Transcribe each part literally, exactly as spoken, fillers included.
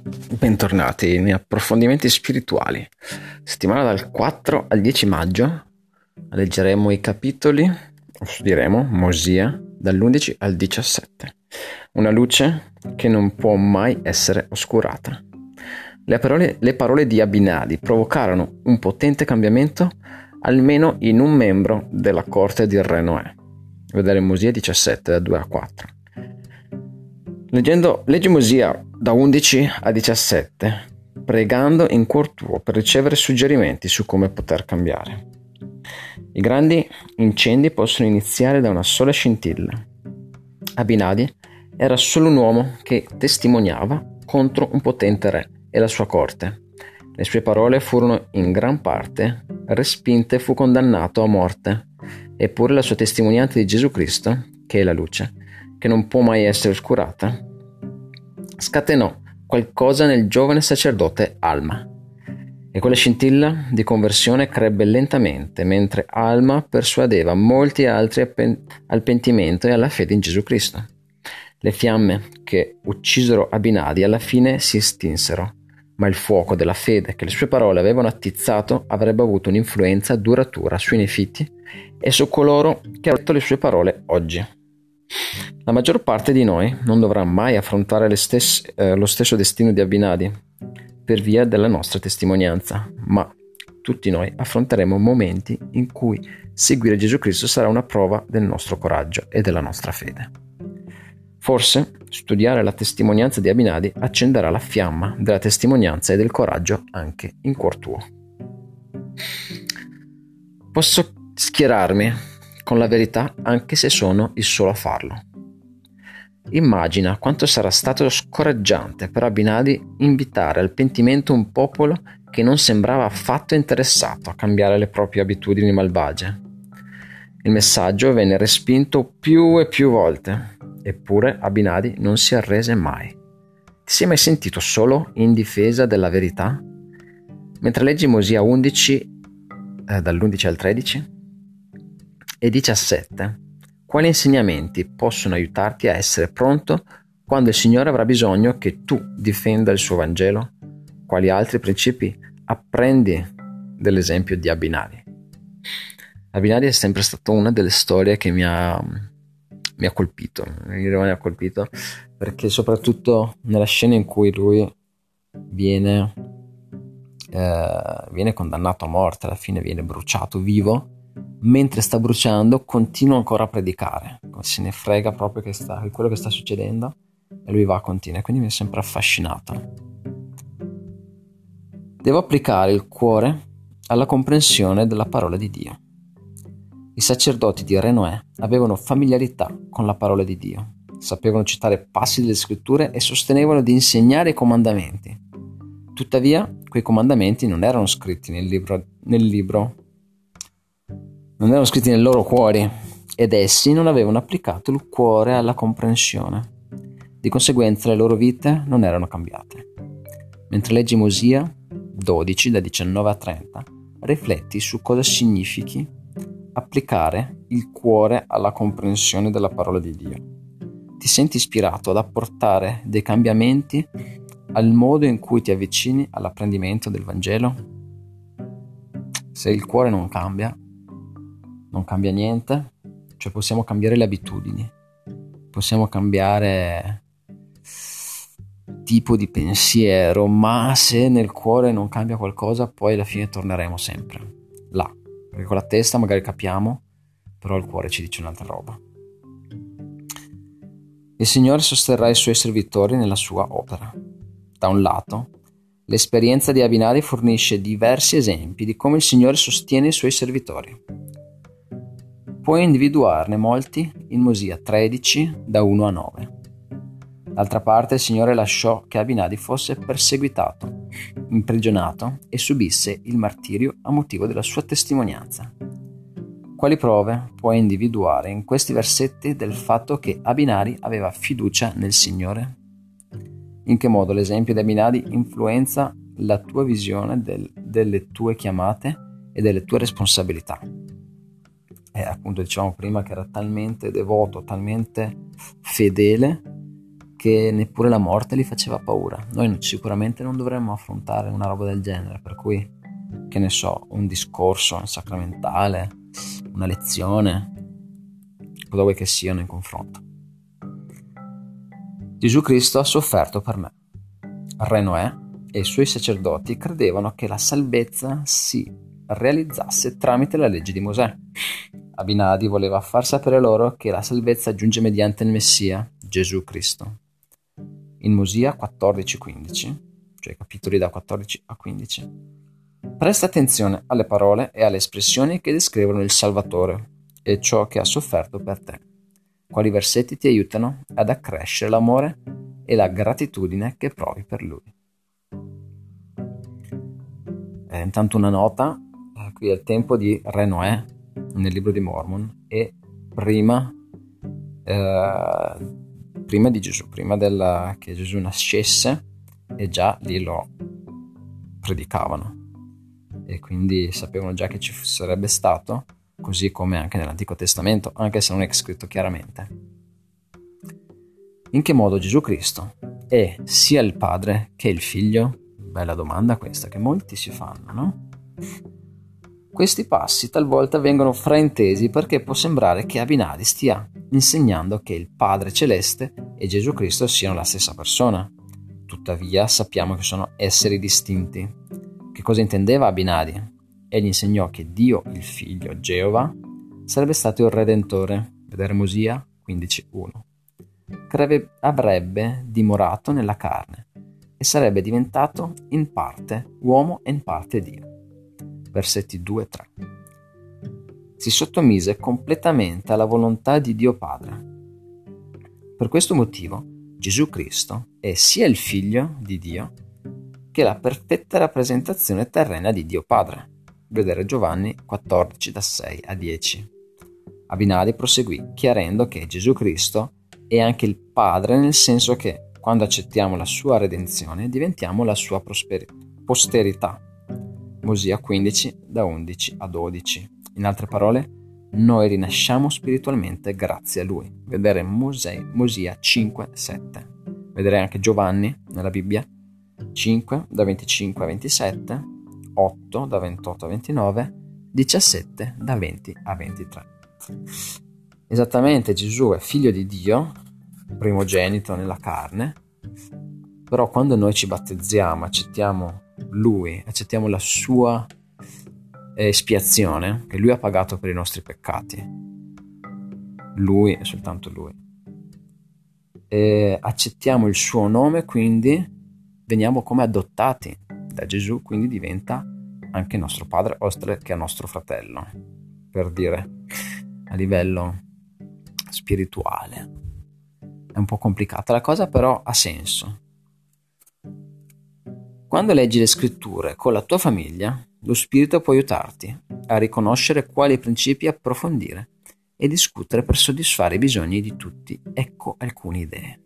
Bentornati in approfondimenti spirituali. Settimana dal quattro al dieci maggio leggeremo i capitoli, o studieremo Mosè dall'undici al diciassette. Una luce che non può mai essere oscurata. Le parole, le parole di Abinadi provocarono un potente cambiamento almeno in un membro della corte di Re Noè. Vedere Mosè diciassette da due a quattro. Leggendo, leggi Mosè da undici a diciassette, pregando in cuor tuo per ricevere suggerimenti su come poter cambiare. I grandi incendi possono iniziare da una sola scintilla. Abinadi era solo un uomo che testimoniava contro un potente re e la sua corte. Le sue parole furono in gran parte respinte e fu condannato a morte. Eppure la sua testimonianza di Gesù Cristo, che è la luce, che non può mai essere oscurata, scatenò qualcosa nel giovane sacerdote Alma. E quella scintilla di conversione crebbe lentamente, mentre Alma persuadeva molti altri al pentimento e alla fede in Gesù Cristo. Le fiamme che uccisero Abinadi alla fine si estinsero, ma il fuoco della fede che le sue parole avevano attizzato avrebbe avuto un'influenza duratura sui nefiti e su coloro che hanno letto le sue parole oggi. La maggior parte di noi non dovrà mai affrontare le stesse, eh, lo stesso destino di Abinadi per via della nostra testimonianza, ma tutti noi affronteremo momenti in cui seguire Gesù Cristo sarà una prova del nostro coraggio e della nostra fede. Forse studiare la testimonianza di Abinadi accenderà la fiamma della testimonianza e del coraggio anche in cuor tuo. Posso schierarmi con la verità anche se sono il solo a farlo. Immagina quanto sarà stato scoraggiante per Abinadi invitare al pentimento un popolo che non sembrava affatto interessato a cambiare le proprie abitudini malvagie. Il messaggio venne respinto più e più volte, eppure Abinadi non si arrese mai. Ti sei mai sentito solo in difesa della verità? Mentre leggi Mosè undici, eh, dall'undici al tredici e diciassette, quali insegnamenti possono aiutarti a essere pronto quando il Signore avrà bisogno che tu difenda il suo Vangelo? Quali altri principi apprendi dell'esempio di Abinadi? Abinadi è sempre stata una delle storie che mi ha, mi ha colpito, mi rimane colpito, perché soprattutto nella scena in cui lui viene, eh, viene condannato a morte, alla fine viene bruciato vivo, mentre sta bruciando continua ancora a predicare, se ne frega proprio che sta, di quello che sta succedendo, e lui va a continuare, quindi mi è sempre affascinato. Devo applicare il cuore alla comprensione della parola di Dio. I sacerdoti di Re Noè avevano familiarità con la parola di Dio, sapevano citare passi delle scritture e sostenevano di insegnare i comandamenti. Tuttavia, quei comandamenti non erano scritti nel libro, nel libro non erano scritti nei loro cuori, ed essi non avevano applicato il cuore alla comprensione. Di conseguenza le loro vite non erano cambiate. Mentre leggi Mosè dodici, da diciannove a trenta, rifletti su cosa significhi applicare il cuore alla comprensione della parola di Dio. Ti senti ispirato ad apportare dei cambiamenti al modo in cui ti avvicini all'apprendimento del Vangelo? Se il cuore non cambia, non cambia niente, cioè possiamo cambiare le abitudini, possiamo cambiare tipo di pensiero, ma se nel cuore non cambia qualcosa, poi alla fine torneremo sempre là, perché con la testa magari capiamo, però il cuore ci dice un'altra roba. Il Signore sosterrà i suoi servitori nella sua opera. Da un lato, l'esperienza di Abinadi fornisce diversi esempi di come il Signore sostiene i suoi servitori. Puoi individuarne molti in Mosè tredici, da uno a nove. D'altra parte il Signore lasciò che Abinadi fosse perseguitato, imprigionato e subisse il martirio a motivo della sua testimonianza. Quali prove puoi individuare in questi versetti del fatto che Abinadi aveva fiducia nel Signore? In che modo l'esempio di Abinadi influenza la tua visione del, delle tue chiamate e delle tue responsabilità? E appunto dicevamo prima che era talmente devoto, talmente fedele, che neppure la morte gli faceva paura. Noi sicuramente non dovremmo affrontare una roba del genere, per cui, che ne so, un discorso sacramentale, una lezione, cosa vuoi che siano in confronto. Gesù Cristo ha sofferto per me. Re Noè e i suoi sacerdoti credevano che la salvezza si realizzasse tramite la legge di Mosè. Abinadi voleva far sapere loro che la salvezza giunge mediante il Messia, Gesù Cristo. In Mosè quattordici quindici, cioè capitoli da quattordici a quindici, presta attenzione alle parole e alle espressioni che descrivono il Salvatore e ciò che ha sofferto per te. Quali versetti ti aiutano ad accrescere l'amore e la gratitudine che provi per Lui. Eh, intanto una nota, eh, qui è il tempo di Re Noè nel libro di Mormon e prima, eh, prima di Gesù, prima della, che Gesù nascesse, e già lì lo predicavano e quindi sapevano già che ci sarebbe stato, così come anche nell'Antico Testamento, anche se non è scritto chiaramente. In che modo Gesù Cristo è sia il Padre che il Figlio? Bella domanda questa che molti si fanno, no? Questi passi talvolta vengono fraintesi perché può sembrare che Abinadi stia insegnando che il Padre Celeste e Gesù Cristo siano la stessa persona. Tuttavia sappiamo che sono esseri distinti. Che cosa intendeva Abinadi? Egli insegnò che Dio, il Figlio, Geova, sarebbe stato il Redentore, vedere Mosè quindici uno, che avrebbe dimorato nella carne e sarebbe diventato in parte uomo e in parte Dio. Versetti due tre. Si sottomise completamente alla volontà di Dio Padre. Per questo motivo Gesù Cristo è sia il Figlio di Dio che la perfetta rappresentazione terrena di Dio Padre. Vedere Giovanni quattordici da sei a dieci. Abinadi proseguì chiarendo che Gesù Cristo è anche il Padre, nel senso che quando accettiamo la sua redenzione diventiamo la sua prosperi- posterità. Mosè quindici da undici a dodici. In altre parole, noi rinasciamo spiritualmente grazie a Lui. Vedere Mosè, Mosè cinque sette. Vedere anche Giovanni nella Bibbia cinque da venticinque a ventisette, otto da ventotto a ventinove, diciassette da venti a ventitré. Esattamente, Gesù è figlio di Dio, primogenito nella carne, però quando noi ci battezziamo, accettiamo Lui, accettiamo la sua espiazione, che Lui ha pagato per i nostri peccati, Lui e soltanto Lui, e accettiamo il suo nome, quindi veniamo come adottati da Gesù, quindi diventa anche nostro padre, oltre che nostro fratello, per dire, a livello spirituale. È un po' complicata la cosa, però ha senso. Quando leggi le scritture con la tua famiglia, lo spirito può aiutarti a riconoscere quali principi approfondire e discutere per soddisfare i bisogni di tutti. Ecco alcune idee.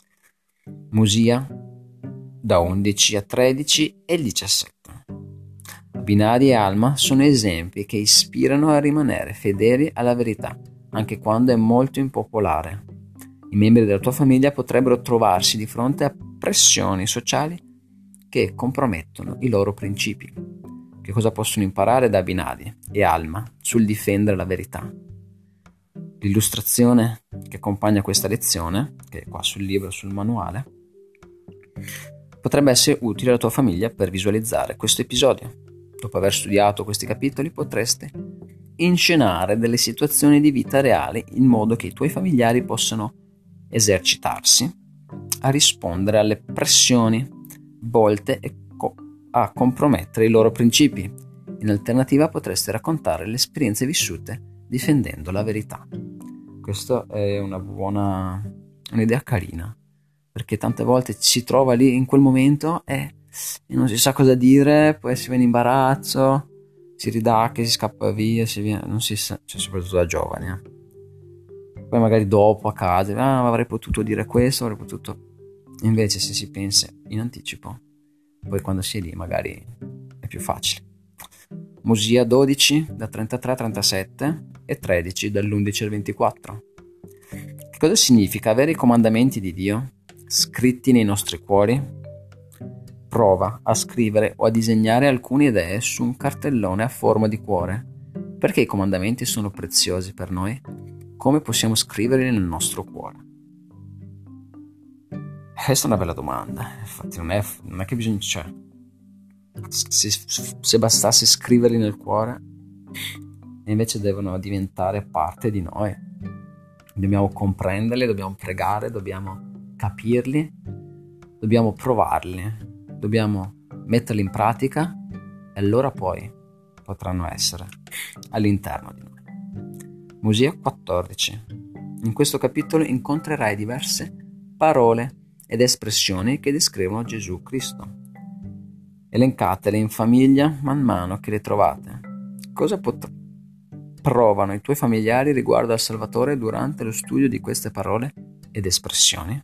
Mosè da undici a tredici e diciassette. Abinadi e Alma sono esempi che ispirano a rimanere fedeli alla verità, anche quando è molto impopolare. I membri della tua famiglia potrebbero trovarsi di fronte a pressioni sociali che compromettono i loro principi. Che cosa possono imparare da Abinadi e Alma sul difendere la verità? L'illustrazione che accompagna questa lezione, che è qua sul libro, sul manuale, potrebbe essere utile alla tua famiglia per visualizzare questo episodio. Dopo aver studiato questi capitoli potreste inscenare delle situazioni di vita reali in modo che i tuoi familiari possano esercitarsi a rispondere alle pressioni volte a compromettere i loro principi. In alternativa potreste raccontare le esperienze vissute difendendo la verità. Questa è una buona, un'idea carina, perché tante volte ci si trova lì in quel momento e, e non si sa cosa dire, poi si viene in imbarazzo, si ridacchia, si scappa via, si viene, non si sa, cioè soprattutto da giovani. Eh. Poi magari dopo a casa, ah, avrei potuto dire questo, avrei potuto... Invece se si pensa in anticipo, poi quando si è lì magari è più facile. Mosè dodici da trentatré a trentasette e tredici dall'undici al ventiquattro. Che cosa significa avere i comandamenti di Dio? scritti nei nostri cuori? Prova a scrivere o a disegnare alcune idee su un cartellone a forma di cuore. Perché i comandamenti sono preziosi per noi? Come possiamo scriverli nel nostro cuore? Questa è una bella domanda. Infatti non è, non è che bisogna... Cioè, se, se bastasse scriverli nel cuore, invece devono diventare parte di noi. Dobbiamo comprenderli, dobbiamo pregare, dobbiamo capirli, dobbiamo provarli, dobbiamo metterli in pratica e allora poi potranno essere all'interno di noi. Mosè quattordici. In questo capitolo incontrerai diverse parole ed espressioni che descrivono Gesù Cristo. Elencatele in famiglia man mano che le trovate. Cosa pot- provano i tuoi familiari riguardo al Salvatore durante lo studio di queste parole ed espressioni?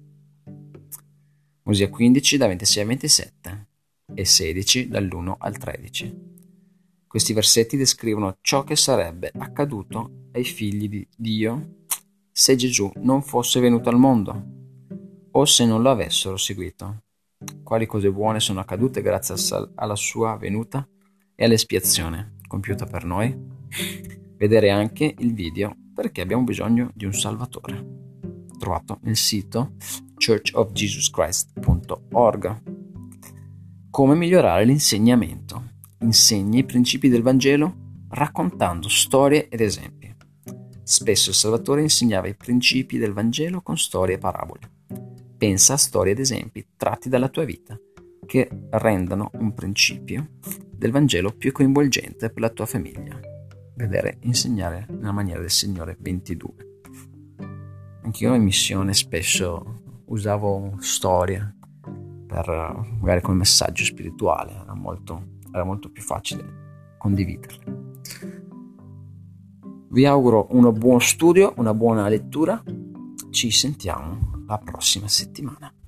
Mosè quindici da ventisei a ventisette e sedici dall'uno al tredici. Questi versetti descrivono ciò che sarebbe accaduto ai figli di Dio se Gesù non fosse venuto al mondo o se non lo avessero seguito. Quali cose buone sono accadute grazie alla sua venuta e all'espiazione compiuta per noi? Vedere anche il video Perché abbiamo bisogno di un Salvatore, trovato nel sito church of jesus christ punto org. Come migliorare l'insegnamento? Insegni i principi del Vangelo raccontando storie ed esempi. Spesso il Salvatore insegnava i principi del Vangelo con storie e parabole. Pensa a storie ed esempi tratti dalla tua vita che rendano un principio del Vangelo più coinvolgente per la tua famiglia. Vedere Insegnare nella maniera del Signore ventidue. Anch'io in missione spesso usavo storie per magari come messaggio spirituale, era molto, era molto più facile condividerle. Vi auguro un buon studio, una buona lettura. Ci sentiamo la prossima settimana.